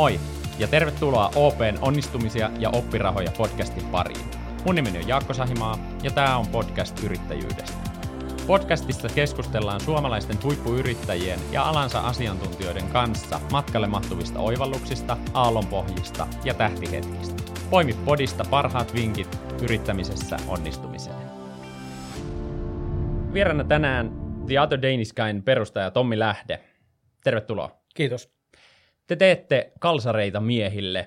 Moi ja tervetuloa OP:n onnistumisia ja oppirahoja podcastin pariin. Mun nimeni on Jaakko Sahimaa ja tää on podcast yrittäjyydestä. Podcastissa keskustellaan suomalaisten huippuyrittäjien ja alansa asiantuntijoiden kanssa matkalle mahtuvista oivalluksista, aallonpohjista ja tähtihetkistä. Poimi podista parhaat vinkit yrittämisessä onnistumiseen. Vieraana tänään The Other Danish Guyn perustaja Tommi Lähde. Tervetuloa. Kiitos. Te teette kalsareita miehille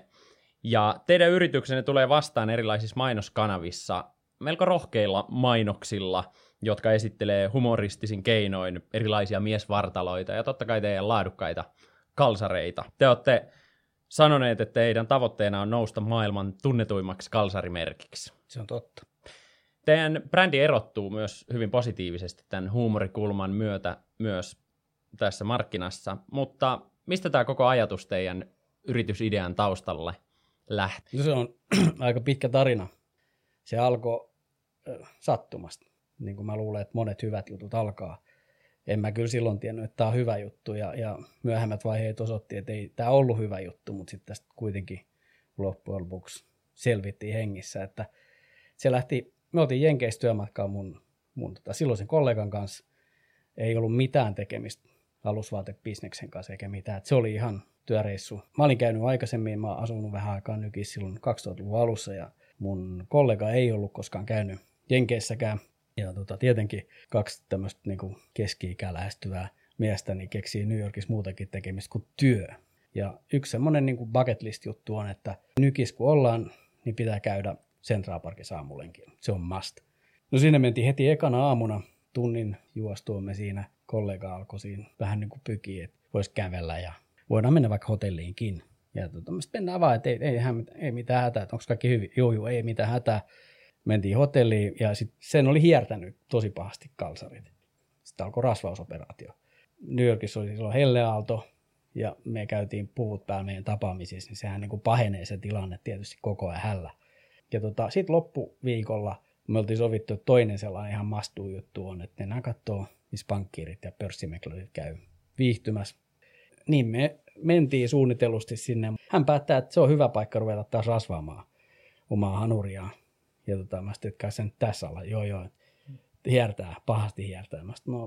ja teidän yrityksenne tulee vastaan erilaisissa mainoskanavissa melko rohkeilla mainoksilla, jotka esittelee humoristisin keinoin erilaisia miesvartaloita ja totta kai teidän laadukkaita kalsareita. Te olette sanoneet, että teidän tavoitteena on nousta maailman tunnetuimmaksi kalsarimerkiksi. Se on totta. Teidän brändi erottuu myös hyvin positiivisesti tämän huumorikulman myötä myös tässä markkinassa, mutta mistä tämä koko ajatus teidän yritysidean taustalle lähti? No se on aika pitkä tarina. Se alkoi sattumasta. Niin kuin mä luulen, että monet hyvät jutut alkaa. En mä kyllä silloin tiennyt, että tämä on hyvä juttu. Ja myöhemmät vaiheet osoitti, että ei tämä ollut hyvä juttu, mutta sitten tästä kuitenkin loppujen lopuksi selvittiin hengissä. Että se lähti, me oltiin Jenkeissä työmatkaa mun silloisen kollegan kanssa. Ei ollut mitään tekemistä alusvaatebisneksen kanssa eikä mitään. Että se oli ihan työreissu. Mä olin käynyt aikaisemmin, mä oon asunut vähän aikaa Nykissä silloin 2000-luvun alussa ja mun kollega ei ollut koskaan käynyt Jenkeissäkään. Ja tietenkin kaksi tämmöistä niin keski-ikää lähestyvää miestä niin keksii New Yorkissa muutakin tekemistä kuin työ. Ja yksi semmoinen niin bucket list juttu on, että Nykissä kun ollaan, niin pitää käydä Central Parkissa aamulenkin. Se on must. No siinä mentiin heti ekana aamuna, tunnin juostuamme siinä. Kollega alkoi siinä vähän niin kuin pykiä, että voisi kävellä ja voidaan mennä vaikka hotelliinkin. Ja mennään vaan, että ei mitään hätää, että onko kaikki hyvin? Joo, ei mitään hätää. Mentiin hotelliin ja sitten sen oli hiertänyt tosi pahasti kalsarit. Sitten alkoi rasvausoperaatio. New Yorkissa oli silloin helleaalto ja me käytiin puvut päällä meidän tapaamisissa, niin sehän niin kuin pahenee se tilanne tietysti koko ajan hällä. Ja sitten loppuviikolla me oltiin sovittu, että toinen sellainen ihan mastuu juttu on, että mennään katsoo, missä pankkiirit ja pörssimeklarit käy viihtymässä. Niin me mentiin suunnitellusti sinne. Hän päättää, että se on hyvä paikka ruveta taas rasvaamaan omaa hanuriaan. Ja mä sitten, että kai sen tässä alla, joo, hiertää, pahasti hiertää. Mä sitten,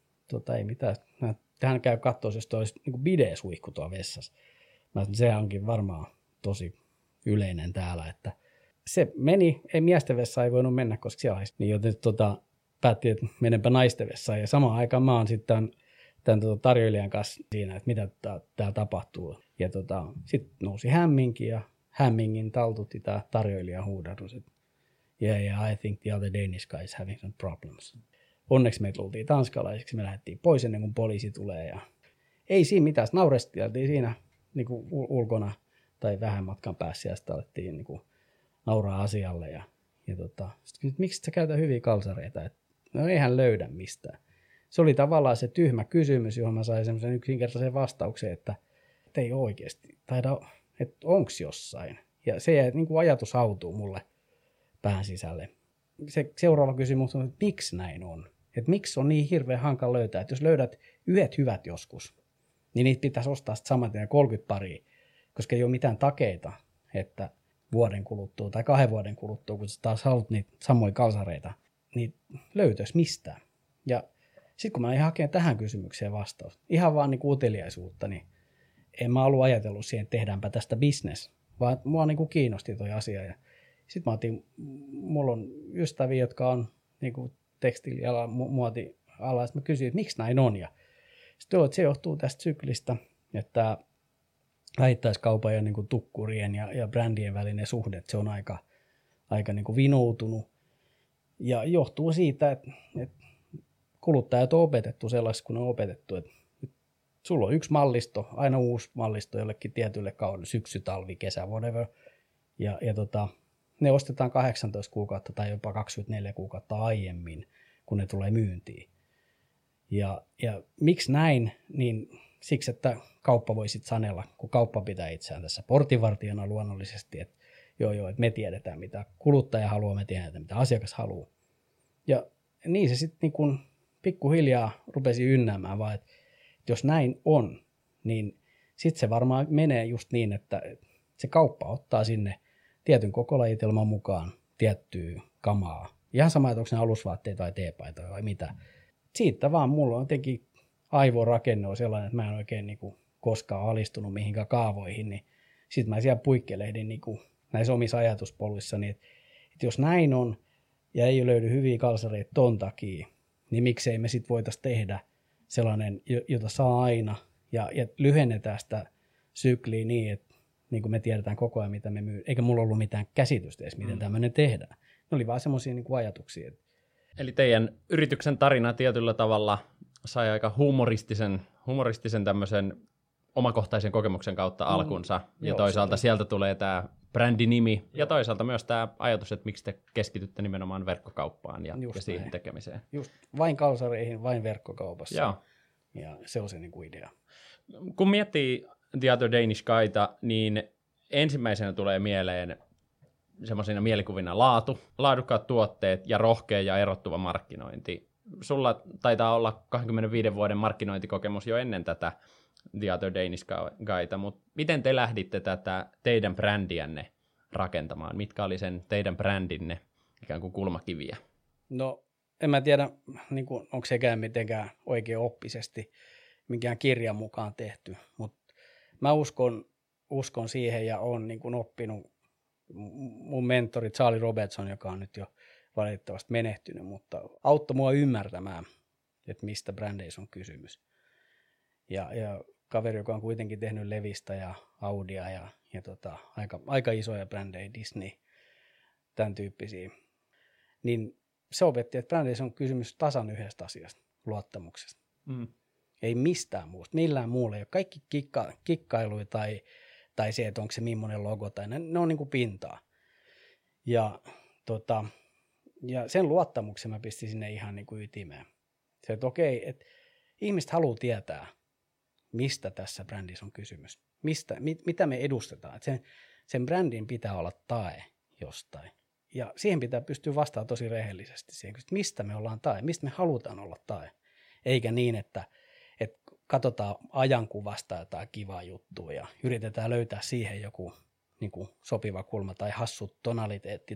ei mitään. Tähän käy katsoa, jos olisi niin bidesuihku tuolla vessassa. Mä sitten, se onkin varmaan tosi yleinen täällä, että se meni, ei miesten vessaan ei voinut mennä, koska siellä olisi. Niin joten päätti, että menenpä naisten vessaan. Ja samaan aikaan mä oon sitten tämän tarjoilijan kanssa siinä, että mitä täällä tapahtuu. Ja sitten nousi hämminki ja hämmingin taltutti tämä tarjoilija huudatus, että yeah, I think the other Danish guy is having some problems. Onneksi me tultiin tanskalaisiksi, me lähdettiin pois ennen kuin poliisi tulee. Ja ei siinä mitään, nauresteltiin siinä niin kuin ulkona tai vähän matkan päässä ja sitten alettiin niin kuin nauraa asialle. Ja sitten miksi sä käytät hyviä kalsareita? No eihän löydä mistään. Se oli tavallaan se tyhmä kysymys, johon mä sain semmoisen yksinkertaisen vastauksen, että ei oikeasti taida, että onks jossain. Ja se niin kuin ajatus hautuu mulle pään sisälle. Se seuraava kysymys on, että miksi näin on? Että miksi on niin hirveän hankala löytää? Että jos löydät yhdet hyvät joskus, niin niitä pitäisi ostaa saman tien 30 paria, koska ei ole mitään takeita, että vuoden kuluttua tai 2 vuoden kuluttua, kun sä taas haluat niitä samoja kalsareita, niin löytäisi mistään. Ja sitten kun mä lähdin hakemaan tähän kysymykseen vastaus, ihan vaan niin uteliaisuutta, niin en mä ollut ajatellut siihen, että tehdäänpä tästä business, vaan mua niin kuin kiinnosti toi asia. Ja sitten mä otin, mulla on ystäviä, jotka on niin kuin tekstiiliala, muotiala, ja mä kysyin, että miksi näin on. Ja sitten että se johtuu tästä syklistä, että vähittäiskaupan ja niin kuin tukkurien ja brändien välinen suhde, että se on aika niin kuin vinoutunut. Ja johtuu siitä, että kuluttajat on opetettu sellaisessa, kun on opetettu, että sulla on yksi mallisto, aina uusi mallisto jollekin tietylle kaudelle, syksy, talvi, kesä, whatever. Ja ne ostetaan 18 kuukautta tai jopa 24 kuukautta aiemmin, kun ne tulee myyntiin. Ja miksi näin? Niin siksi, että kauppa voi sitten sanella, kun kauppa pitää itseään tässä portinvartijana luonnollisesti, että että me tiedetään, mitä kuluttaja haluaa, me tiedetään, mitä asiakas haluaa. Ja niin se sitten niin kun pikkuhiljaa rupesi ynnäämään, vaan että jos näin on, niin sitten se varmaan menee just niin, että se kauppa ottaa sinne tietyn kokolajitelman mukaan tiettyä kamaa. Ihan sama, että onko ne alusvaatteita tai teepaitoja vai mitä. Siitä vaan mulla on jotenkin aivorakenne on sellainen, että mä en oikein niinku koskaan alistunut mihinkään kaavoihin, niin sitten mä siellä puikkelehdin niinku näissä omissa ajatuspoluissani, että jos näin on ja ei löydy hyviä kalsareita ton takia, niin miksei me sitten voitaisiin tehdä sellainen, jota saa aina ja lyhennetään sitä sykliä niin, että niin kuin me tiedetään koko ajan, mitä me myy. Eikä mulla ollut mitään käsitystä edes, miten tämmöinen tehdään. Ne oli vaan semmoisia niin kuin ajatuksia. Eli teidän yrityksen tarina tietyllä tavalla sai aika humoristisen tämmöisen omakohtaisen kokemuksen kautta alkunsa. Ja toisaalta sieltä tulee tämä brändinimi ja toisaalta myös tämä ajatus, että miksi te keskitytte nimenomaan verkkokauppaan ja siihen näin tekemiseen. Just vain kalsareihin, vain verkkokaupassa. Joo. Ja se on se niin kuin idea. Kun miettii The Other Danish Guyta, niin ensimmäisenä tulee mieleen semmoisina mielikuvina laadukkaat tuotteet ja rohkea ja erottuva markkinointi. Sulla taitaa olla 25 vuoden markkinointikokemus jo ennen tätä The Other Danish Guyta, mutta miten te lähditte tätä teidän brändiänne rakentamaan? Mitkä oli sen teidän brändinne ikään kuin kulmakiviä? No en mä tiedä, niin kuin, onko sekään mitenkään oikein oppisesti minkään kirjan mukaan tehty, mutta mä uskon siihen ja olen niin kuin oppinut. Mun mentori Charlie Robertson, joka on nyt jo valitettavasti menehtynyt, mutta auttoi mua ymmärtämään, että mistä brändeissä on kysymys. Ja kaveri, joka on kuitenkin tehnyt Levistä ja Audia ja aika isoja brändejä, Disney, tämän tyyppisiä, niin se opetti, että brändeissä on kysymys tasan yhdestä asiasta, luottamuksesta. Ei mistään muusta, millään muulla. Ei ole kaikki kikkailuja tai se, että onko se millainen logo, tai ne on niin kuin pintaa. Ja sen luottamuksen mä pistin sinne ihan niin kuin ytimeen. Se, että okei, että ihmiset haluaa tietää, mistä tässä brändissä on kysymys. Mitä me edustetaan. Että sen brändin pitää olla tae jostain. Ja siihen pitää pystyä vastaamaan tosi rehellisesti siihen, että mistä me ollaan tae, mistä me halutaan olla tae. Eikä niin, että katsotaan ajankuvasta jotain kivaa juttua ja yritetään löytää siihen joku niin kuin sopiva kulma tai hassu tonaliteetti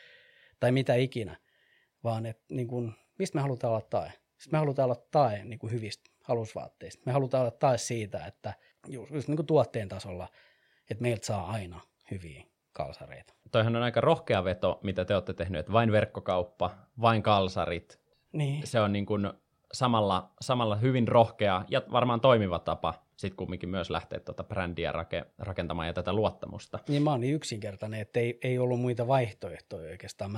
tai mitä ikinä, vaan että niin kuin, mistä me halutaan olla tae. Sitten me halutaan olla tae niin kuin hyvistä alusvaatteista. Me halutaan olla tae siitä, että just niin kuin tuotteen tasolla, että meiltä saa aina hyviä kalsareita. Toihan on aika rohkea veto, mitä te olette tehneet, että vain verkkokauppa, vain kalsarit. Niin. Se on niin kuin samalla hyvin rohkea ja varmaan toimiva tapa sitten kumminkin myös lähteä tuota brändiä rakentamaan ja tätä luottamusta. Niin mä oon niin yksinkertainen, että ei ollut muita vaihtoehtoja oikeastaan.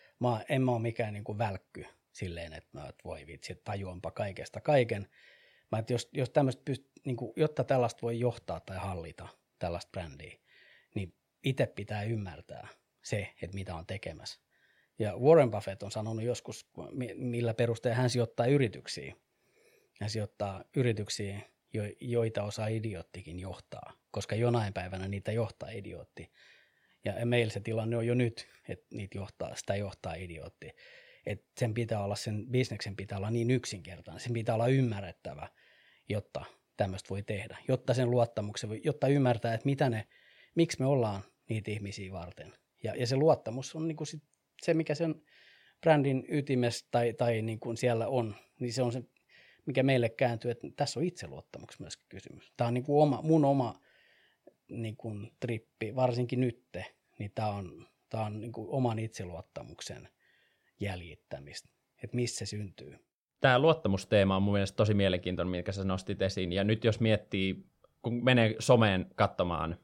En mä ole mikään niin kuin välkky silleen, että voi vitsi, että tajuanpa kaikesta kaiken. Mä, että jos tämmöistä niin kuin, jotta tällaista voi johtaa tai hallita tällaista brändiä, niin itse pitää ymmärtää se, että mitä on tekemässä. Ja Warren Buffett on sanonut joskus, millä perusteella hän sijoittaa yrityksiin. Hän sijoittaa yrityksiin, joita osaa idioottikin johtaa, koska jonain päivänä niitä johtaa idiootti. Ja meillä se tilanne on jo nyt, että sitä johtaa idiootti. Että sen bisneksen pitää olla niin yksinkertainen, sen pitää olla ymmärrettävä, jotta tämmöistä voi tehdä. Jotta sen luottamuksen, jotta ymmärtää, että miksi me ollaan niitä ihmisiä varten. Ja se luottamus on niin kuin se, mikä sen brändin ytimessä tai niin kuin siellä on, niin se on se, mikä meille kääntyy, että tässä on itseluottamuksessa myöskin kysymys. Tämä on niin kuin mun oma niin kuin trippi, varsinkin nytte, niin tämä on niin kuin oman itseluottamuksen jäljittämistä, että missä se syntyy. Tämä luottamusteema on mun mielestä tosi mielenkiintoinen, minkä sä nostit esiin, ja nyt jos miettii, kun menee someen katsomaan,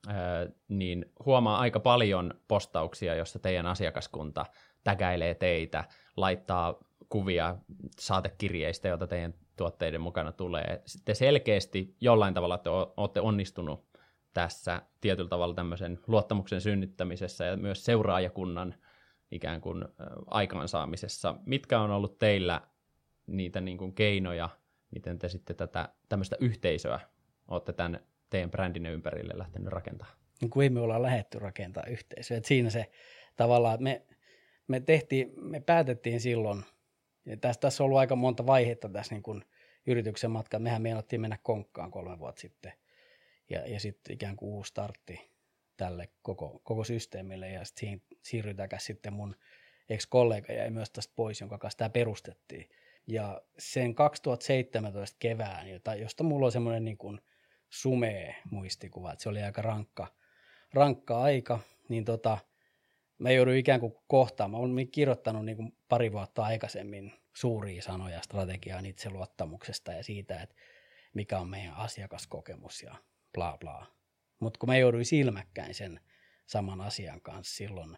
niin huomaa aika paljon postauksia, jossa teidän asiakaskunta tägäilee teitä, laittaa kuvia saatekirjeistä, joita teidän tuotteiden mukana tulee. Sitten selkeästi jollain tavalla te olette onnistunut tässä tietyllä tavalla tämmöisen luottamuksen synnyttämisessä ja myös seuraajakunnan ikään kuin aikaansaamisessa. Mitkä on ollut teillä niitä niin kuin keinoja, miten te sitten tätä tämmöistä yhteisöä olette tämän teidän brändinne ympärille lähtenyt rakentamaan? Niin kuin me ollaan lähdetty rakentaa yhteisöä. Et siinä se tavallaan, että me päätettiin silloin, ja tässä on ollut aika monta vaihetta tässä niin kuin yrityksen matkalla. Mehän meinattiin mennä konkkaan 3 vuotta sitten. ja sitten ikään kuin uusi startti tälle koko systeemille, ja sitten siirrytäkäs sitten mun ex-kollega jäi myös tästä pois, jonka kanssa tämä perustettiin. Ja sen 2017 kevään, josta mulla on semmoinen niin kuin sumea muistikuva, että se oli aika rankka aika, niin mä joudun ikään kuin kohtaamaan. Mä olen kirjoittanut niin kuin pari vuotta aikaisemmin suuria sanoja strategiaan itseluottamuksesta ja siitä, että mikä on meidän asiakaskokemus ja bla bla. Mutta kun mä jouduin silmäkkäin sen saman asian kanssa silloin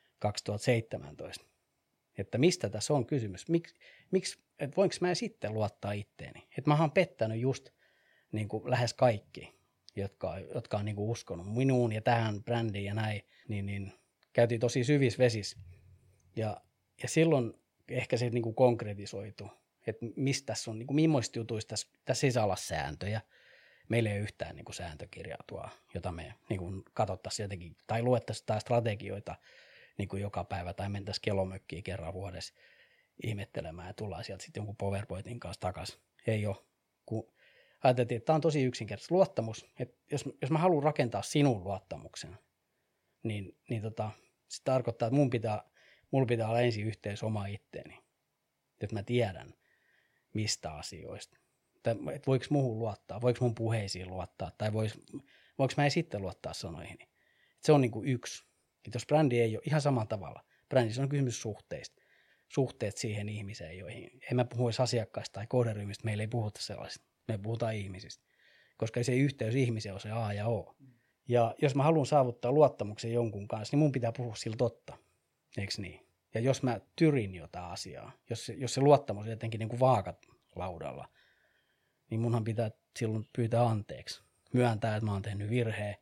2017, että mistä tässä on kysymys, että voinko mä sitten luottaa itteeni, että mä oon pettänyt just niin kuin lähes kaikki, jotka on niin kuin uskonut minuun ja tähän brändiin ja näin, niin käytiin tosi syvissä vesissä. Ja silloin ehkä se niin kuin konkretisoitu, että mistä tässä on, niin kuin millaisista jutuista tässä ei saa olla sääntöjä. Meillä ei ole yhtään niin kuin sääntökirjaa tuo, jota me niin kuin katsottaisiin jotenkin, tai luettaisiin tai strategioita niin kuin joka päivä, tai mentäisiin kelomökkiin kerran vuodessa ihmettelemään ja tullaan sieltä sitten jonkun PowerPointin kanssa takaisin. Ei ole. Kun ajateltiin, että tämä on tosi yksinkertaisesti luottamus, että jos mä haluan rakentaa sinun luottamuksen, niin se tarkoittaa, että mulla pitää olla ensin yhteys oma itteeni, että mä tiedän mistä asioista. Että voiko muuhun luottaa, voiko mun puheisiin luottaa, tai voiko mä sitten luottaa sanoihini. Se on niin kuin yksi. Että jos brändi ei ole ihan samalla tavalla, brändissä on kysymys suhteet siihen ihmiseen, joihin en mä puhu edes asiakkaista tai kohderyhmistä, meillä ei puhuta sellaisista, me puhutaan ihmisistä, koska se yhteys ihmiseen on se A ja O. Ja jos mä haluan saavuttaa luottamuksen jonkun kanssa, niin mun pitää puhua sillä totta, eikö niin? Ja jos mä tyrin jotain asiaa, jos se luottamus on jotenkin niin kuin vaakat laudalla, niin munhan pitää silloin pyytää anteeksi, myöntää, että mä oon tehnyt virheen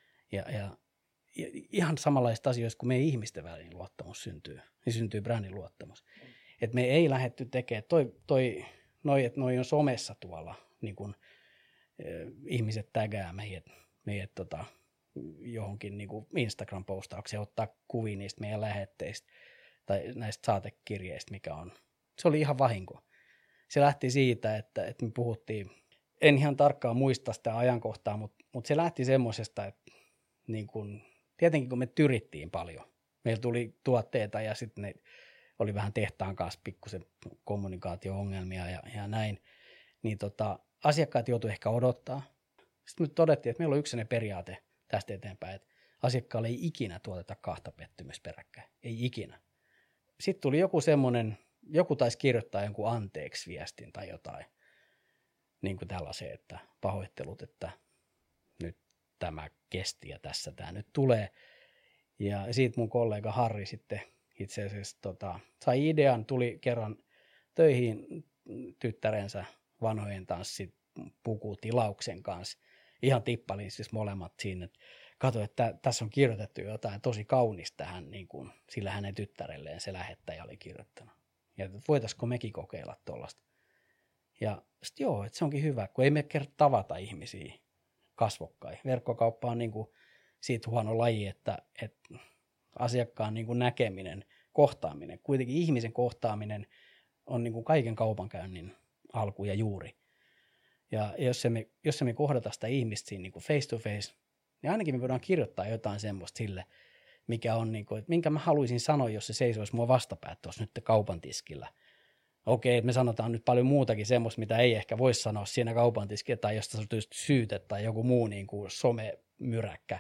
ja ihan samanlaista asioista, kun meidän ihmisten välinen luottamus syntyy, niin syntyy brändin luottamus. Että me ei lähdetty tekemään, että noi on somessa tuolla, niin kun ihmiset tägää meidät johonkin niin kuin Instagram-postaukseen, ottaa kuvia niistä meidän lähetteistä tai näistä saatekirjeistä, mikä on. Se oli ihan vahinko. Se lähti siitä, että me puhuttiin, en ihan tarkkaan muista sitä ajankohtaa, mutta se lähti semmoisesta, että niin kun, tietenkin kun me tyrittiin paljon, meillä tuli tuotteita ja sitten ne oli vähän tehtaan kanssa pikkusen kommunikaatio-ongelmia ja näin, niin asiakkaat joutuivat ehkä odottaa. Sitten me todettiin, että meillä on yksi periaate tästä eteenpäin, että asiakkaalle ei ikinä tuoteta 2 pettymysperäkkäin, ei ikinä. Sitten tuli joku taisi kirjoittaa jonkun anteeksi viestin tai jotain, niin kuin tällaisen, että pahoittelut, että nyt tämä kesti ja tässä tämä nyt tulee. Ja siitä mun kollega Harri sitten itse asiassa sai idean, tuli kerran töihin tyttärensä vanhojen tanssipukutilauksen kanssa. Ihan tippalin siis molemmat siinä, että katsoin, että tässä on kirjoitettu jotain tosi kaunista tähän, niin kuin sillä hänen tyttärelleen se lähettäjä oli kirjoittanut. Ja voitaisiko mekin kokeilla tuollaista. Ja sitten joo, että se onkin hyvä, kun ei me kerta tavata ihmisiä kasvokkain. Verkkokauppa on niin kuin siitä huono laji, että asiakkaan niin kuin näkeminen, kohtaaminen, kuitenkin ihmisen kohtaaminen on niin kuin kaiken kaupankäynnin alku ja juuri. Ja jos me kohdata sitä ihmistä siinä niin kuin face to face, niin ainakin me voidaan kirjoittaa jotain semmoista sille, mikä on, niin kuin, että minkä mä haluaisin sanoa, jos se seisoisi mua vastapäät tuossa nyt kaupan tiskillä. Okei, me sanotaan nyt paljon muutakin semmoista, mitä ei ehkä voisi sanoa siinä kaupan tiskillä, tai josta se tulisi syyte tai joku muu niin kuin somemyräkkä.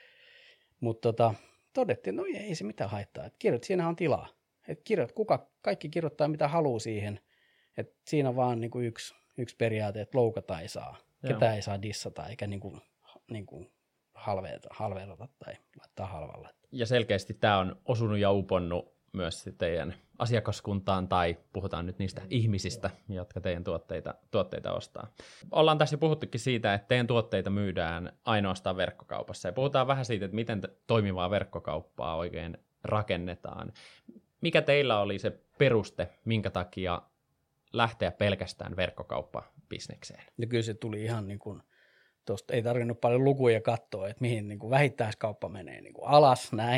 Mutta todettiin, no ei se mitään haittaa, että siinähän on tilaa. Että kaikki kirjoittaa mitä haluaa siihen, että siinä on vaan niin kuin yksi periaate, että loukata ei saa, ketään ei saa dissata eikä niin kuin halveerata tai laittaa halvalla. Ja selkeästi tämä on osunut ja uponnut myös teidän asiakaskuntaan, tai puhutaan nyt niistä ihmisistä, jotka teidän tuotteita ostaa. Ollaan tässä jo puhuttukin siitä, että teidän tuotteita myydään ainoastaan verkkokaupassa, ja puhutaan vähän siitä, että miten toimivaa verkkokauppaa oikein rakennetaan. Mikä teillä oli se peruste, minkä takia lähteä pelkästään verkkokauppabisnekseen? Ja kyllä se tuli ihan niin kuin, tuosta ei tarvinnut paljon lukuja katsoa, että mihin niin kuin vähittäiskauppa menee niin kuin alas näin,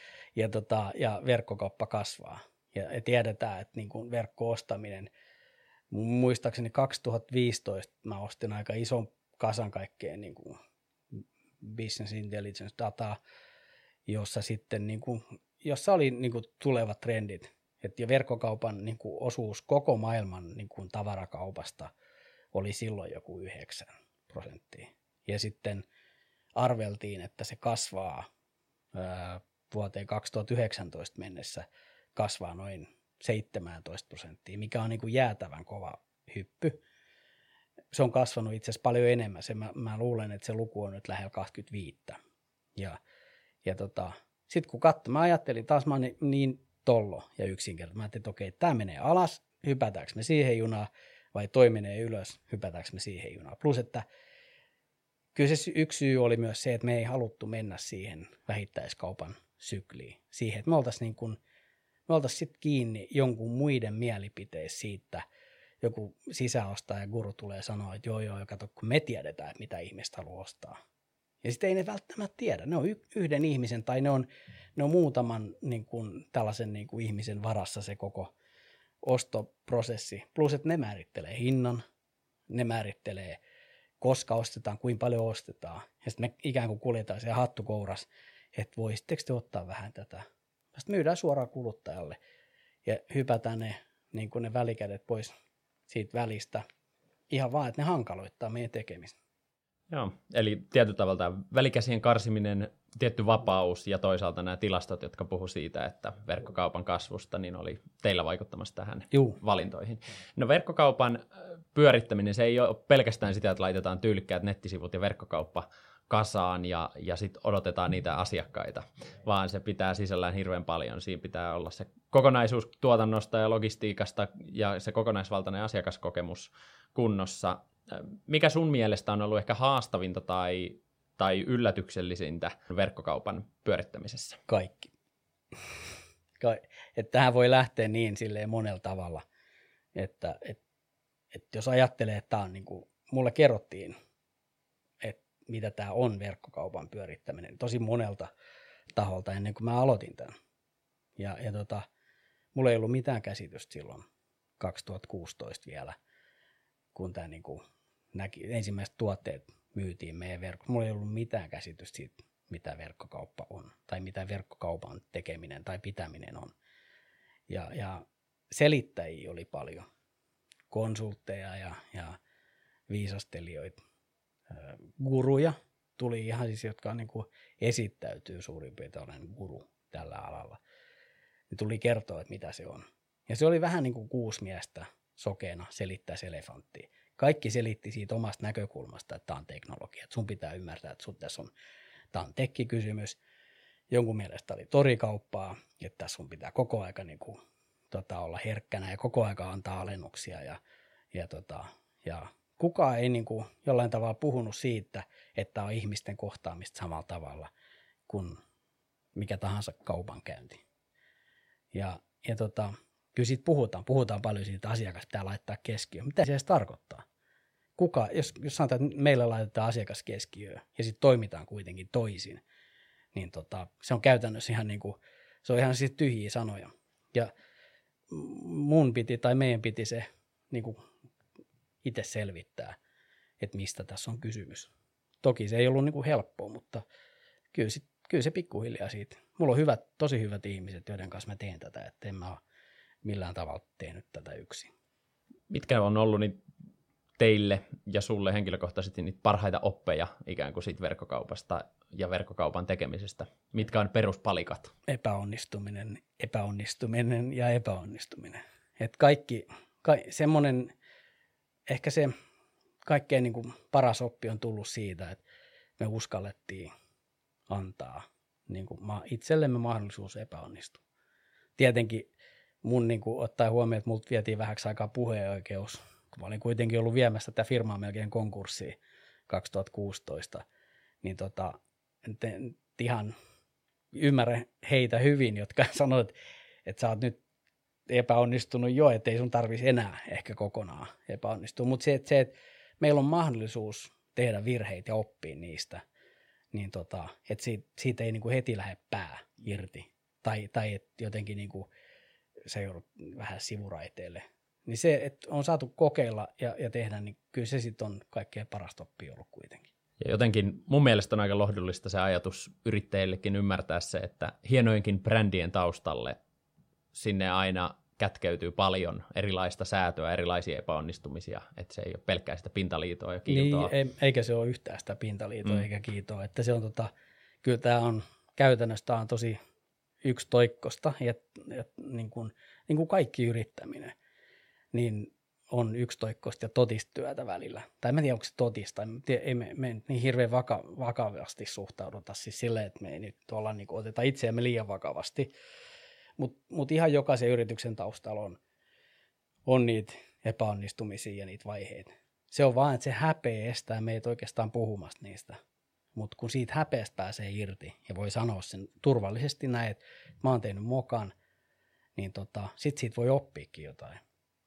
ja verkkokauppa kasvaa. Ja tiedetään, että niin kuin verkko-ostaminen, muistaakseni 2015 mä ostin aika ison kasan kaikkea niin kuin business intelligence dataa, jossa sitten jossa oli tulevat trendit. Ja verkkokaupan osuus koko maailman tavarakaupasta oli silloin joku 9%. Ja sitten arveltiin, että se kasvaa vuoteen 2019 mennessä kasvaa noin 17%, mikä on jäätävän kova hyppy. Se on kasvanut itse asiassa paljon enemmän. Mä luulen, että se luku on nyt lähellä 25. Ja sitten kun mä ajattelin taas, mä olin niin tollo ja yksinkertainen. Mä ajattelin, että okei, tämä menee alas, hypätäänkö me siihen junaan, vai toi menee ylös, hypätäänkö me siihen junaan. Plus, että kyllä se yksi syy oli myös se, että me ei haluttu mennä siihen vähittäiskaupan sykliin. Siihen, että me oltaisiin sitten kiinni jonkun muiden mielipiteissä siitä, joku sisäostaja guru tulee sanoa, että joo, kato, kun me tiedetään, että mitä ihmiset haluaa ostaa. Ja sitten ei ne välttämättä tiedä. Ne on yhden ihmisen tai ne on muutaman tällaisen ihmisen varassa se koko ostoprosessi. Plus, että ne määrittelee hinnan, ne määrittelee koska ostetaan, kuinka paljon ostetaan. Ja sitten me ikään kuin kuljetaan siellä hattukouras, että voisitteko te ottaa vähän tätä. Sitten myydään suoraan kuluttajalle ja hypätään ne välikädet pois siitä välistä. Ihan vaan, että ne hankaloittaa meidän tekemistä. Joo, eli tietyllä tavalla välikäsien karsiminen, tietty vapaus ja toisaalta nämä tilastot, jotka puhu siitä, että verkkokaupan kasvusta, niin oli teillä vaikuttamassa tähän valintoihin. No verkkokaupan pyörittäminen, se ei ole pelkästään sitä, että laitetaan tyylikkäät nettisivut ja verkkokauppa kasaan ja sitten odotetaan niitä asiakkaita, vaan se pitää sisällään hirveän paljon. Siinä pitää olla se kokonaisuus tuotannosta ja logistiikasta ja se kokonaisvaltainen asiakaskokemus kunnossa. Mikä sun mielestä on ollut ehkä haastavinta tai yllätyksellisintä verkkokaupan pyörittämisessä? Kaikki. Että tähän voi lähteä niin silleen monella tavalla, että jos ajattelee, että tämä on mulle kerrottiin, että mitä tämä on verkkokaupan pyörittäminen tosi monelta taholta ennen kuin mä aloitin tämän. Ja mulla ei ollut mitään käsitystä silloin 2016 vielä, kun tämä ensimmäiset tuotteet myytiin meidän verkkoon. Mulla ei ollut mitään käsitystä siitä, mitä verkkokauppa on, tai mitä verkkokaupan tekeminen tai pitäminen on. Ja selittäjiä oli paljon, konsultteja ja viisastelijoita, guruja tuli ihan siis, jotka esittäytyy suurin piirtein olen guru tällä alalla. Ne tuli kertoa, että mitä se on. Ja se oli vähän niin kuin 6 miestä sokeena selittäisi elefanttia. Kaikki selitti siitä omasta näkökulmasta, että tämä on teknologia. Että sun pitää ymmärtää, että tämä on tekkikysymys. Jonkun mielestä oli torikauppaa, että tässä sun pitää koko aika olla herkkänä ja koko aika antaa alennuksia. Ja kukaan ei jollain tavalla puhunut siitä, että on ihmisten kohtaamista samalla tavalla kuin mikä tahansa kaupankäynti. Ja kyllä siitä puhutaan paljon siitä, että asiakas pitää laittaa keskiöön. Mitä se edes tarkoittaa? Jos sanotaan, että meillä laitetaan asiakas keskiöön ja sitten toimitaan kuitenkin toisin, niin se on käytännössä ihan se on ihan siis tyhjiä sanoja. Ja meidän piti se itse selvittää, että mistä tässä on kysymys. Toki se ei ollut helppoa, mutta kyllä se pikkuhiljaa siitä. Mulla on tosi hyvät ihmiset, joiden kanssa mä teen tätä, että en mä ole millään tavalla tehnyt tätä yksin. Mitkä on ollut teille ja sulle henkilökohtaisesti niitä parhaita oppeja ikään kuin siitä verkkokaupasta ja verkkokaupan tekemisestä? Mitkä on peruspalikat? Epäonnistuminen ja epäonnistuminen. Että kaikki semmoinen, ehkä se kaikkein paras oppi on tullut siitä, että me uskallettiin antaa itsellemme mahdollisuus epäonnistua. Tietenkin mun ottaa huomioon, että multa vietiin vähäksi aikaa puheenoikeus, kun mä olin kuitenkin ollut viemässä tätä firmaa melkein konkurssiin 2016, niin ihan ymmärrän heitä hyvin, jotka sanoivat, että sä oot nyt epäonnistunut jo, että ei sun tarvitsisi enää ehkä kokonaan epäonnistua, mutta se, että meillä on mahdollisuus tehdä virheitä ja oppia niistä, niin että siitä ei heti lähde pää irti, tai että jotenkin se joudut vähän sivuraiteelle. Niin se, että on saatu kokeilla ja tehdä, niin kyllä se sitten on kaikkein parasta oppia ollut kuitenkin. Ja jotenkin mun mielestä on aika lohdullista se ajatus yrittäjillekin ymmärtää se, että hienojenkin brändien taustalle sinne aina kätkeytyy paljon erilaista säätöä, erilaisia epäonnistumisia, että se ei ole pelkkää sitä pintaliitoa ja kiiltoa. Niin, eikä se ole yhtään sitä pintaliitoa eikä kiitoa, että se on kyllä tämä on käytännössä on tosi yksitoikkosta, ja niin kuin kaikki yrittäminen, niin on yksitoikkoista ja totistyötä välillä. Tai mä en tiedä, onko se totista, ei me niin hirveän vakavasti suhtauduta siis silleen, että me ei nyt olla, niin kuin, oteta itseämme liian vakavasti, mutta ihan jokaisen yrityksen taustalla on niitä epäonnistumisia ja niitä vaiheita. Se on vaan, että se häpeä estää meitä oikeastaan puhumasta niistä. Mutta kun siitä häpeästä pääsee irti ja voi sanoa sen turvallisesti näin, että mä oon tehnyt mokan, niin sit siitä voi oppiikin jotain.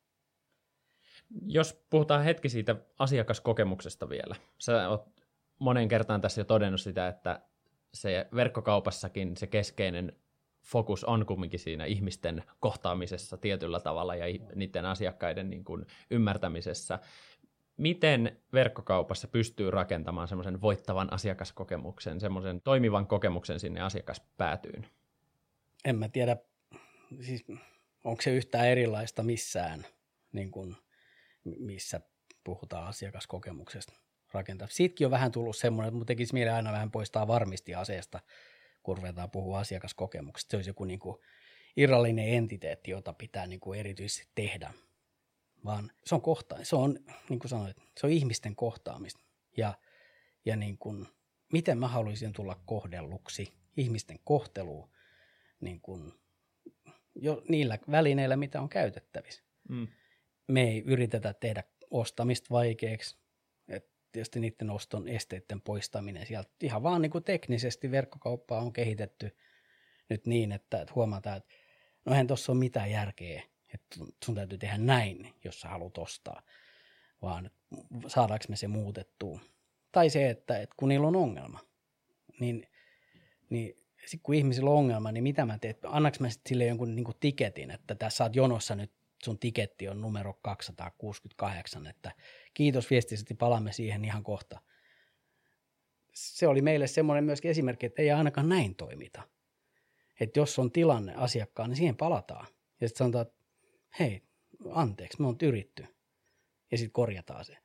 Jos puhutaan hetki siitä asiakaskokemuksesta vielä. Sä oot monen kertaan tässä jo todennut sitä, että se verkkokaupassakin se keskeinen fokus on kumminkin siinä ihmisten kohtaamisessa tietyllä tavalla ja niiden asiakkaiden niin kuin ymmärtämisessä. Miten verkkokaupassa pystyy rakentamaan semmoisen voittavan asiakaskokemuksen, semmoisen toimivan kokemuksen sinne asiakaspäätyyn? En mä tiedä, siis onko se yhtään erilaista missään, niin kuin, missä puhutaan asiakaskokemuksesta rakentaa. Siitäkin on vähän tullut semmoinen, että mun tekisi mieleen aina vähän poistaa varmisti aseesta, kun ruvetaan puhua asiakaskokemuksesta. Se olisi joku niin kuin irrallinen entiteetti, jota pitää niin kuin erityisesti tehdä. Vaan se on, niin kuin sanoit, se on ihmisten kohtaamista. Ja niin kuin, miten mä haluaisin tulla kohdelluksi ihmisten kohteluun niin kuin, jo niillä välineillä, mitä on käytettävissä. Me ei yritetä tehdä ostamista vaikeaksi. Et tietysti niiden oston esteiden poistaminen sieltä ihan vaan niin kuin teknisesti verkkokauppaa on kehitetty nyt niin, että huomataan, että no eihän tuossa ole mitään järkeä, että sun täytyy tehdä näin, jos sä haluat ostaa, vaan saadaanko me se muutettua. Tai se, että kun niillä on ongelma, niin sitten kun ihmisillä on ongelma, niin mitä mä teen? Annaks mä sitten sille jonkun niin kuin tiketin, että tässä saat jonossa nyt, sun tiketti on numero 268, että kiitos viestisesti, palaamme siihen ihan kohta. Se oli meille semmoinen myöskin esimerkki, että ei ainakaan näin toimita. Että jos on tilanne asiakkaan, niin siihen palataan. Ja sitten sanotaan, että hei, anteeksi, me on yritty. Ja sitten korjataan se.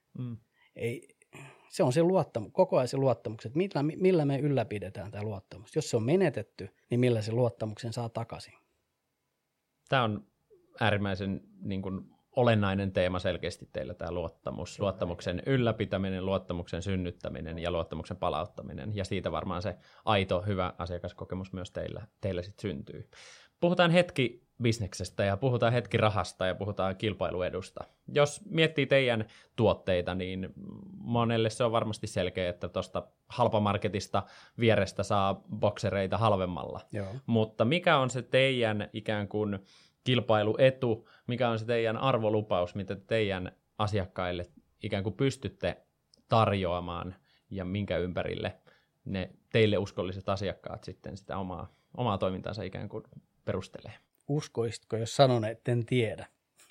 Se on se koko ajan se luottamus, että millä me ylläpidetään tämä luottamus. Jos se on menetetty, niin millä se luottamuksen saa takaisin. Tämä on äärimmäisen niin kuin olennainen teema selkeästi teillä, tämä luottamus. Luottamuksen ylläpitäminen, luottamuksen synnyttäminen ja luottamuksen palauttaminen. Ja siitä varmaan se aito, hyvä asiakaskokemus myös teillä sitten syntyy. Puhutaan hetki bisneksestä ja puhutaan hetki rahasta ja puhutaan kilpailuedusta. Jos miettii teidän tuotteita, niin monelle se on varmasti selkeä, että tuosta halpamarketista vierestä saa boksereita halvemmalla. Joo. Mutta mikä on se teidän ikään kuin kilpailuetu, mikä on se teidän arvolupaus, mitä teidän asiakkaille ikään kuin pystytte tarjoamaan ja minkä ympärille ne teille uskolliset asiakkaat sitten sitä omaa toimintaansa ikään kuin perustelee? Uskoisitko, jos sanon, että en tiedä?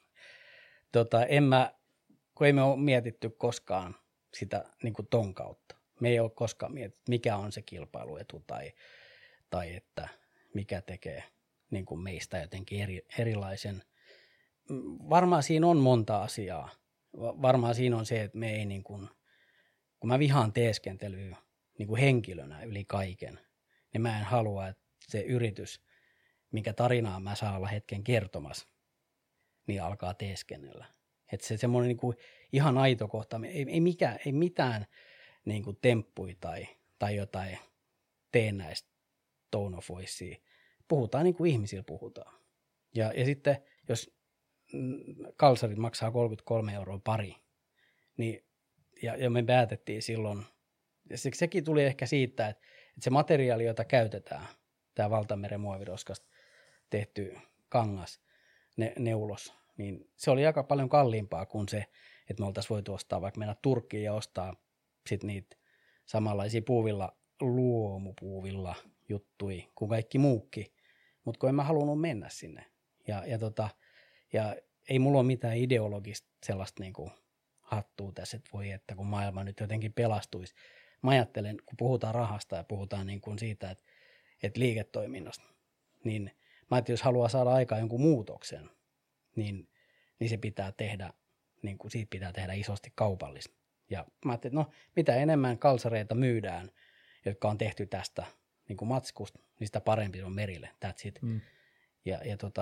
Kun ei me ole mietitty koskaan sitä niin kuin ton kautta. Me ei ole koskaan mietitty, mikä on se kilpailuetu tai että mikä tekee niin kuin meistä jotenkin erilaisen. Varmaan siinä on monta asiaa. Varmaan siinä on se, että me ei niin kuin, kun mä vihaan teeskentelyä niin kuin henkilönä yli kaiken, niin mä en halua, että se yritys, minkä tarinaa mä saan olla hetken kertomassa, niin alkaa teeskennellä. Että se semmoinen niin kuin ihan aito kohta, ei mitään niin kuin temppui tai jotain teennäistä tone of voicea. Puhutaan niin kuin ihmisillä puhutaan. Ja sitten jos kalsarit maksaa 33 € pari, niin, ja me päätettiin silloin, ja sekin tuli ehkä siitä, että se materiaali, jota käytetään, tämä valtameren muoviroskasta tehty kangas, neulos, niin se oli aika paljon kalliimpaa kuin se, että me oltaisiin voitu ostaa vaikka mennä Turkkiin ja ostaa sitten niitä samanlaisia luomupuuvilla juttui kuin kaikki muukin, mutta kun en mä halunnut mennä sinne. Ja ei mulla ole mitään ideologista sellaista niinku hattua tässä, että voi, että kun maailma nyt jotenkin pelastuisi, mä ajattelen, kun puhutaan rahasta ja puhutaan niin kuin siitä, että liiketoiminnasta, niin mä ajattelin, jos haluaa saada aikaan jonkun muutoksen, niin se pitää tehdä, niin kuin siitä pitää tehdä isosti kaupallista. Ja mä ajattelin, että no, mitä enemmän kalsareita myydään, jotka on tehty tästä niin kuin matskusta, niin sitä parempi on merille. That's it. Ja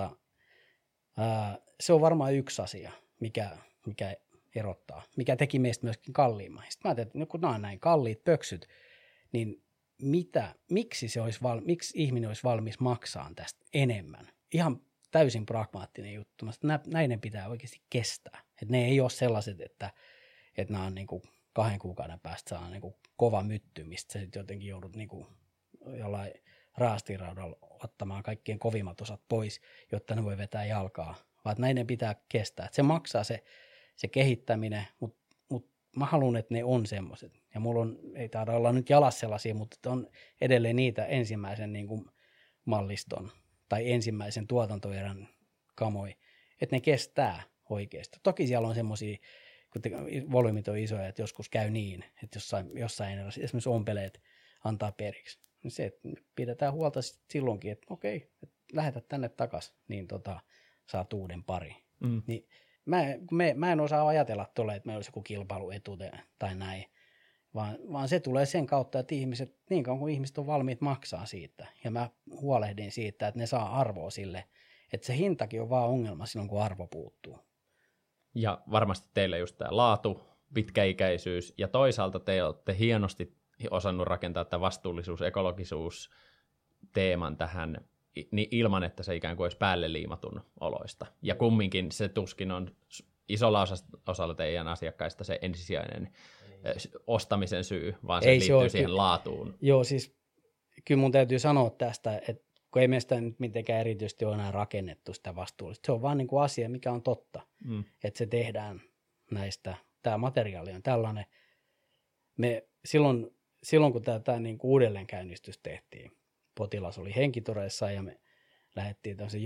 se on varmaan yksi asia, mikä erottaa, mikä teki meistä myöskin kalliimman. Sitten mä ajattelin, että kun nämä on näin kalliit pöksyt, niin miksi ihminen olisi valmis maksaa tästä enemmän? Ihan täysin pragmaattinen juttu. Näiden pitää oikeasti kestää. Että ne ei ole sellaiset, että nämä on niin kuin 2 kuukauden päästä saa niin kuin kova mytty, mistä sä sitten jotenkin joudut niin kuin jollain raastiraudalla ottamaan kaikkien kovimmat osat pois, jotta ne voi vetää jalkaa. Vaan näiden pitää kestää. Että se maksaa se kehittäminen, mutta mä haluan, että ne on semmoiset. Ja mulla ei taida olla nyt jalas sellaisia, mutta on edelleen niitä ensimmäisen niin kuin malliston tai ensimmäisen tuotantoerän kamoja, että ne kestää oikeasti. Toki siellä on semmoisia, kun volyymit on isoja, että joskus käy niin, että jossain erässä esimerkiksi ompeleet antaa periksi. Niin se, että pidetään huolta silloinkin, että okei, että lähetä tänne takaisin, niin saat uuden pari. Niin mä en osaa ajatella tuolle, että meillä olisi joku kilpailuetu tai näin, vaan se tulee sen kautta, että ihmiset, niin kauan kuin ihmiset on valmiit maksaa siitä, ja mä huolehdin siitä, että ne saa arvoa sille, että se hintakin on vaan ongelma silloin, kun arvo puuttuu. Ja varmasti teille just tämä laatu, pitkäikäisyys, ja toisaalta te olette hienosti osannut rakentaa tämä vastuullisuus, ekologisuus teeman tähän niin ilman, että se ikään kuin olisi päälle liimatun oloista. Ja kumminkin se tuskin on isolla osalla teidän asiakkaista se ensisijainen ostamisen syy, vaan se liittyy siihen laatuun. Joo, siis kyllä mun täytyy sanoa tästä, että kun ei meistä nyt mitenkään erityisesti ole enää rakennettu sitä vastuullista. Se on vaan niin kuin asia, mikä on totta, että se tehdään näistä. Tämä materiaali on tällainen. Me silloin kun tämä niin kuin uudelleenkäynnistys tehtiin, potilas oli henkitoreissa ja me lähdettiin tämmöisen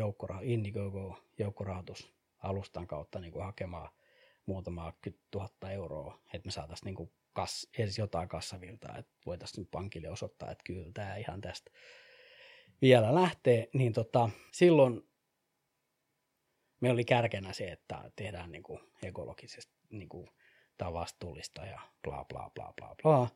Indiegogo-joukkorahoitusalustan kautta niin kuin hakemaan muutamaa 10 000 euroa, että me saataisiin niin kuin edes jotain kassavirtaa, että voitaisiin nyt pankille osoittaa, että kyllä tämä ihan tästä vielä lähtee, niin silloin me oli kärkenä se, että tehdään niin kuin ekologisesti niin kuin tai vastuullista ja bla bla bla bla bla.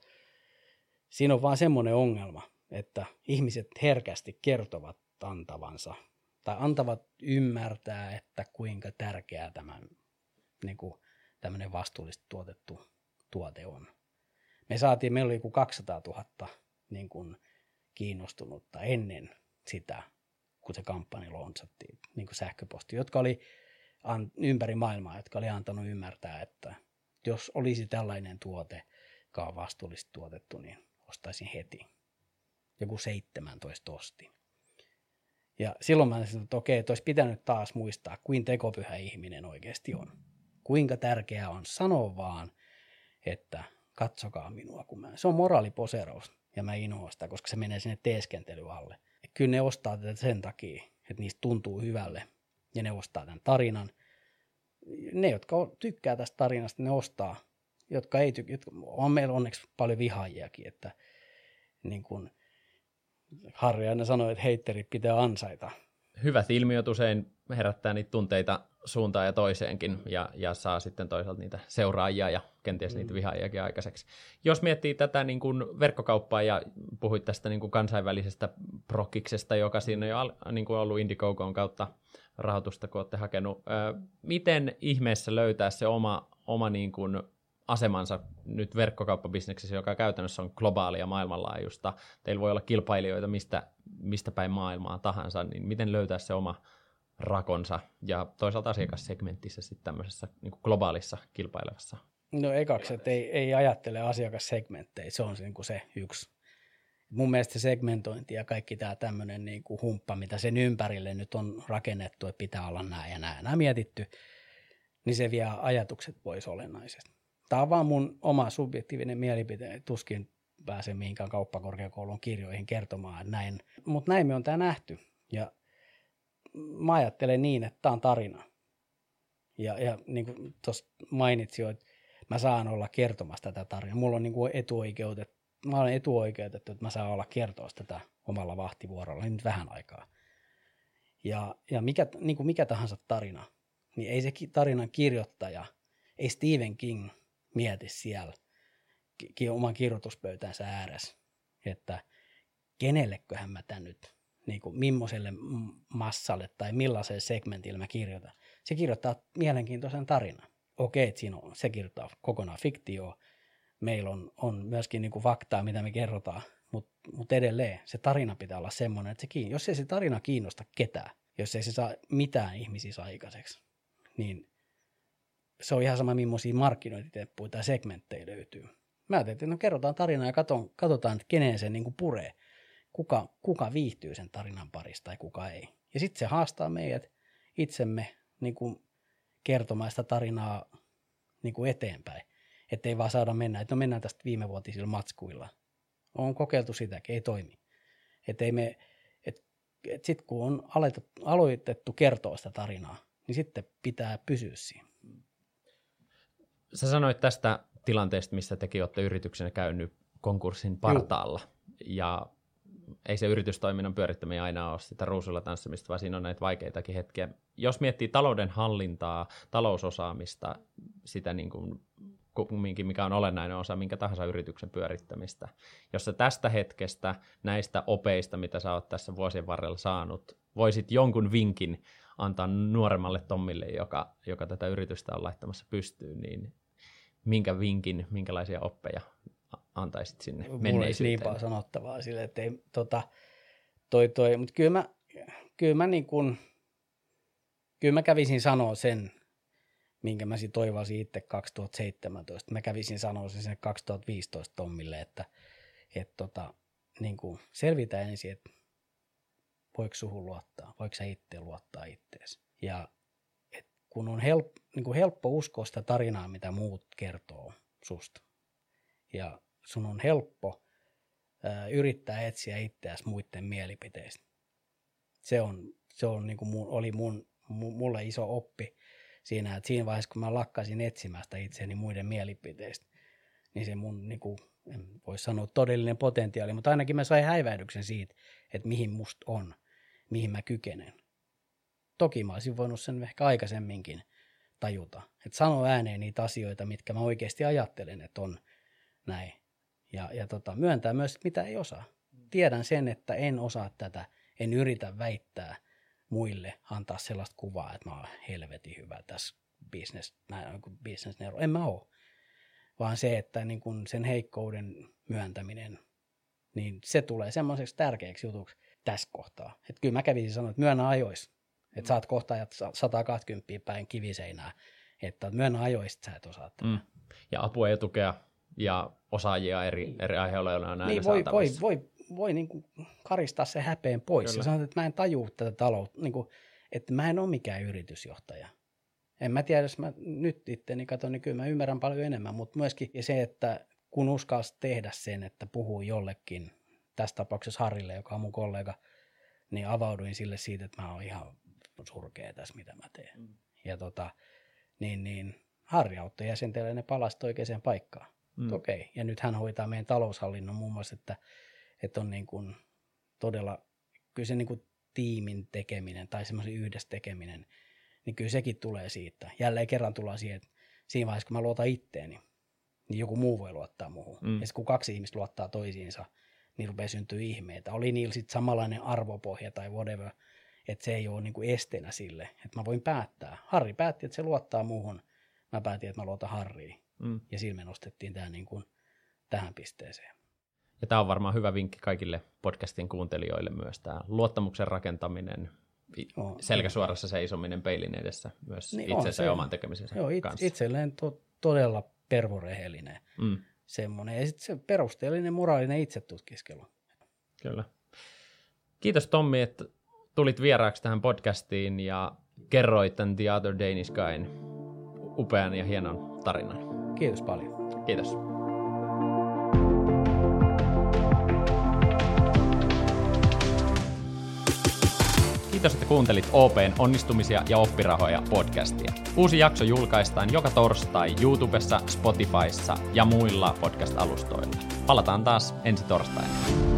Siinä on vaan semmoinen ongelma, että ihmiset herkästi kertovat antavansa tai antavat ymmärtää, että kuinka tärkeää niin kuin tämmöinen vastuullisesti tuotettu tuote on. Meillä oli joku 200 000 niin kuin kiinnostunutta ennen sitä, kun se kampanja launchattiin, niin kuin sähköposti, jotka oli ympäri maailmaa, jotka oli antanut ymmärtää, että jos olisi tällainen tuote, joka on vastuullisesti tuotettu, niin ostaisin heti. Joku 17 ostin. Ja silloin mä sanoin, että okei, että olisi pitänyt taas muistaa, kuinka tekopyhä ihminen oikeasti on. Kuinka tärkeää on sanoa vaan, että katsokaa minua, kun se on moraaliposeeraus. Ja mä inhoan sitä, koska se menee sinne teeskentely alle. Ja kyllä ne ostaa tätä sen takia, että niistä tuntuu hyvälle. Ja ne ostaa tämän tarinan. Ne, jotka tykkää tästä tarinasta, ne ostaa. Jotka ei tykkää. On meillä onneksi paljon vihaajiakin, että niin kuin Harri aina sanoi, että heitterit pitää ansaita. Hyvät ilmiöt usein herättää niitä tunteita suuntaan ja toiseenkin ja saa sitten toisaalta niitä seuraajia ja kenties niitä vihaajiakin aikaiseksi. Jos miettii tätä niin kuin verkkokauppaa ja puhuit tästä niin kuin kansainvälisestä prokiksesta, joka siinä on jo niin kuin ollut Indiegogon kautta rahoitusta, kun olette hakenut. Miten ihmeessä löytää se oma niin kuin asemansa nyt verkkokauppabisneksessä, joka käytännössä on globaalia maailmanlaajuista. Teillä voi olla kilpailijoita mistä päin maailmaa tahansa, niin miten löytää se oma rakonsa ja toisaalta asiakassegmentissä sitten tämmöisessä niin kuin globaalissa kilpailevassa? No ekaksi, että ei ajattele asiakassegmenttejä, se on se yksi. Mun mielestä se segmentointi ja kaikki tämä tämmöinen niin kuin humppa, mitä sen ympärille nyt on rakennettu, että pitää olla nämä mietitty, niin se vie ajatukset pois olennaisesti. Tämä on vaan mun oma subjektiivinen mielipide, tuskin pääsen mihinkään kauppakorkeakoulun kirjoihin kertomaan, että näin. Mutta näin me on tämä nähty. Ja mä ajattelen niin, että tämä on tarina. Ja niin kuin tuossa mainitsin jo, että mä saan olla kertomassa tätä tarinaa. Mulla on niin kuin etuoikeudet mä olen etuoikeutettu, että mä saan olla kertoa tätä omalla vahtivuorolla nyt vähän aikaa. Ja niin kuin mikä tahansa tarina, niin ei se tarinan kirjoittaja, ei Stephen King mieti siellä oman kirjoituspöytänsä ääressä, että kenelleköhän mä tämän nyt, niin kuin millaiselle massalle tai millaiselle segmentille mä kirjoitan. Se kirjoittaa mielenkiintoisen tarinan. Okei, että se kirjoittaa kokonaan fiktioon. Meillä on myöskin niin kuin faktaa, mitä me kerrotaan, mutta edelleen se tarina pitää olla semmoinen, että jos ei se tarina kiinnosta ketään, jos ei se saa mitään ihmisiä aikaiseksi, niin se on ihan sama, millaisia markkinointiteppuja tai segmenttejä löytyy. Mä ajattelin, että kerrotaan tarinaa ja katsotaan, että keneen se niin kuin puree, kuka viihtyy sen tarinan parissa tai kuka ei. Ja sitten se haastaa meidät itsemme niin kuin kertomaan sitä tarinaa niin kuin eteenpäin, ettei vaan saada mennä, että no mennään tästä viimevuotisilla matskuilla. On kokeiltu sitäkin, ei toimi. Sitten kun on aloitettu kertoa sitä tarinaa, niin sitten pitää pysyä siinä. Sä sanoit tästä tilanteesta, missä tekin olette yrityksenä käynyt konkurssin partaalla. Ja ei se yritystoiminnan pyörittäminen aina ole sitä ruusulla tanssimista, vaan siinä on näitä vaikeitakin hetkiä. Jos miettii talouden hallintaa, talousosaamista, sitä niin kuin kumminkin, mikä on olennainen osa minkä tahansa yrityksen pyörittämistä. Jos sä tästä hetkestä, näistä opeista, mitä sä oot tässä vuosien varrella saanut, voisit jonkun vinkin antaa nuoremmalle Tommille, joka tätä yritystä on laittamassa pystyyn, niin minkä vinkin, minkälaisia oppeja antaisit sinne menneisyyteen? Mulla olisi niin paljon sanottavaa sille, että ei, mutta kyllä mä kävisin sanoa sen, minkä mä toivoisin itse 2017. Mä kävisin sanoa sen 2015 Tommille, että niin kuin selvitä ensin, että voiko suhun luottaa, voiko sä itse luottaa itteesi. Ja kun on helppo uskoa sitä tarinaa, mitä muut kertoo susta. Ja sun on helppo yrittää etsiä itseäsi muiden mielipiteistä. Se on niin kuin oli mulle iso oppi siinä, että siinä vaiheessa, kun mä lakkasin etsimästä itseäni muiden mielipiteistä, niin se mun, niin kuin, en voi sanoa todellinen potentiaali, mutta ainakin mä sain häivähdyksen siitä, että mihin musta on, mihin mä kykenen. Toki mä olisin voinut sen ehkä aikaisemminkin tajuta, että sano ääneen niitä asioita, mitkä mä oikeasti ajattelen, että on näin. Ja myöntää myös, että mitä ei osaa. Tiedän sen, että en osaa tätä, en yritä väittää muille, antaa sellaista kuvaa, että mä oon helvetin hyvä tässä business neuro. En mä oo. Vaan se, että niin kun sen heikkouden myöntäminen, niin se tulee semmoiseksi tärkeäksi jutuksi tässä kohtaa. Että kyllä mä kävisin sanoa, että myönnä ajoissa. Että saat kohta ajat 120 päin kiviseinää. Että myönnä ajoista sä et osaa tätä. Ja apua ja tukea ja osaajia eri aihealueilla on aina niin saatavissa. Voi niin kuin karistaa se häpeen pois. Ja sanoa, että mä en tajua tätä taloutta, niin kuin, että mä en ole mikään yritysjohtaja. En mä tiedä, jos mä nyt itteni katson, niin kyllä mä ymmärrän paljon enemmän, mutta myöskin se, että kun uskalsi tehdä sen, että puhuu jollekin, tässä tapauksessa Harrille, joka on mun kollega, niin avauduin sille siitä, että mä oon ihan surkea tässä, mitä mä teen. Ja niin Harri auttoi jäsentelee ne palast oikeaan paikkaan. Okei. Ja nyt hän hoitaa meidän taloushallinnon muun muassa, että on niin kuin todella, kyllä se niin kuin tiimin tekeminen tai semmoisen yhdessä tekeminen, niin kyllä sekin tulee siitä. Jälleen kerran tullaan siihen, että siinä vaiheessa, kun mä luotan itteeni, niin joku muu voi luottaa muuhun. Ja sitten kun kaksi ihmistä luottaa toisiinsa, niin rupeaa syntyä ihmeitä. Oli niillä sitten samanlainen arvopohja tai whatever, että se ei ole niin kuin esteenä sille, että mä voin päättää. Harri päätti, että se luottaa muuhun. Mä päätin, että mä luotan Harriin. Ja sillä me nostettiin tämä niin kuin tähän pisteeseen. Ja tämä on varmaan hyvä vinkki kaikille podcastin kuuntelijoille myös, tämä luottamuksen rakentaminen, selkäsuorassa seisominen peilin edessä myös niin itsensä ja oman tekemisensä kanssa. Itselleen todella pervorehellinen semmoinen. Ja sitten se perusteellinen moraalinen itsetutkiskelu. Kyllä. Kiitos Tommi, että tulit vieraaksi tähän podcastiin ja kerroit tämän The Other Danish Guyn upean ja hienon tarinan. Kiitos paljon. Kiitos. Kiitos, että kuuntelit OP:n onnistumisia ja oppirahoja podcastia. Uusi jakso julkaistaan joka torstai YouTubessa, Spotifyssa ja muilla podcast-alustoilla. Palataan taas ensi torstaina.